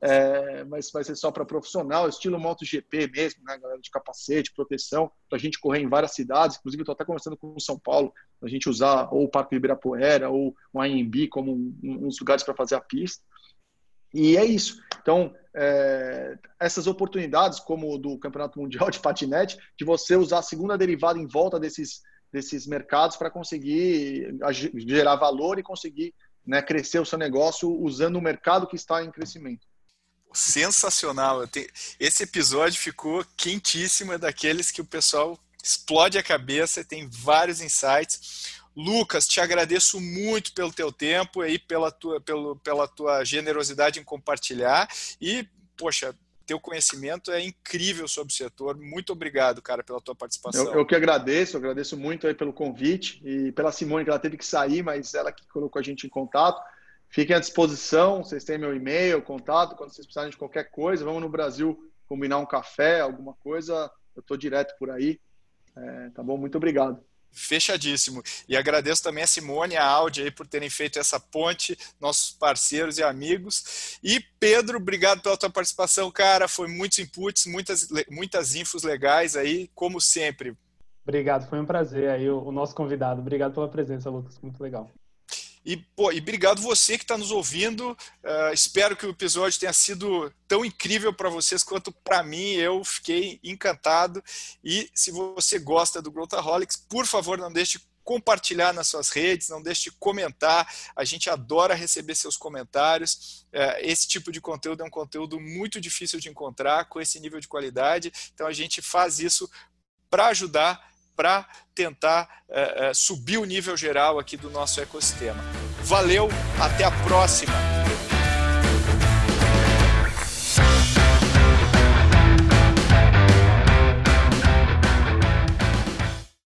é, mas vai ser só para profissional, estilo MotoGP mesmo, né, galera, de capacete, proteção, para a gente correr em várias cidades. Inclusive, eu estou até conversando com o São Paulo, para a gente usar ou o Parque Ibirapuera ou o A M B como um, uns lugares para fazer a pista. E é isso. Então, é, essas oportunidades, como o do Campeonato Mundial de Patinete, de você usar a segunda derivada em volta desses, desses mercados para conseguir gerar valor e conseguir, né, crescer o seu negócio usando o mercado que está em crescimento. Sensacional. Esse episódio ficou quentíssimo, é daqueles que o pessoal explode a cabeça, tem vários insights. Lucas, te agradeço muito pelo teu tempo e pela tua, pelo, pela tua generosidade em compartilhar e, poxa, teu conhecimento é incrível sobre o setor. Muito obrigado, cara, pela tua participação. Eu, eu que agradeço, eu agradeço muito aí pelo convite e pela Simone, que ela teve que sair, mas ela que colocou a gente em contato. Fiquem à disposição, vocês têm meu e-mail, contato, quando vocês precisarem de qualquer coisa, vamos no Brasil combinar um café, alguma coisa, eu estou direto por aí. É, tá bom? Muito obrigado. Fechadíssimo. E agradeço também a Simone e a Audi aí por terem feito essa ponte, nossos parceiros e amigos. E Pedro, obrigado pela tua participação, cara. Foi muitos inputs, muitas, muitas infos legais aí, como sempre. Obrigado, foi um prazer aí o, o nosso convidado. Obrigado pela presença, Lucas. Muito legal. E, pô, e obrigado você que está nos ouvindo. Uh, espero que o episódio tenha sido tão incrível para vocês quanto para mim. Eu fiquei encantado. E se você gosta do Growthaholics, por favor, não deixe de compartilhar nas suas redes, não deixe de comentar. A gente adora receber seus comentários. Uh, esse tipo de conteúdo é um conteúdo muito difícil de encontrar com esse nível de qualidade. Então a gente faz isso para ajudar, para tentar uh, uh, subir o nível geral aqui do nosso ecossistema. Valeu, até a próxima!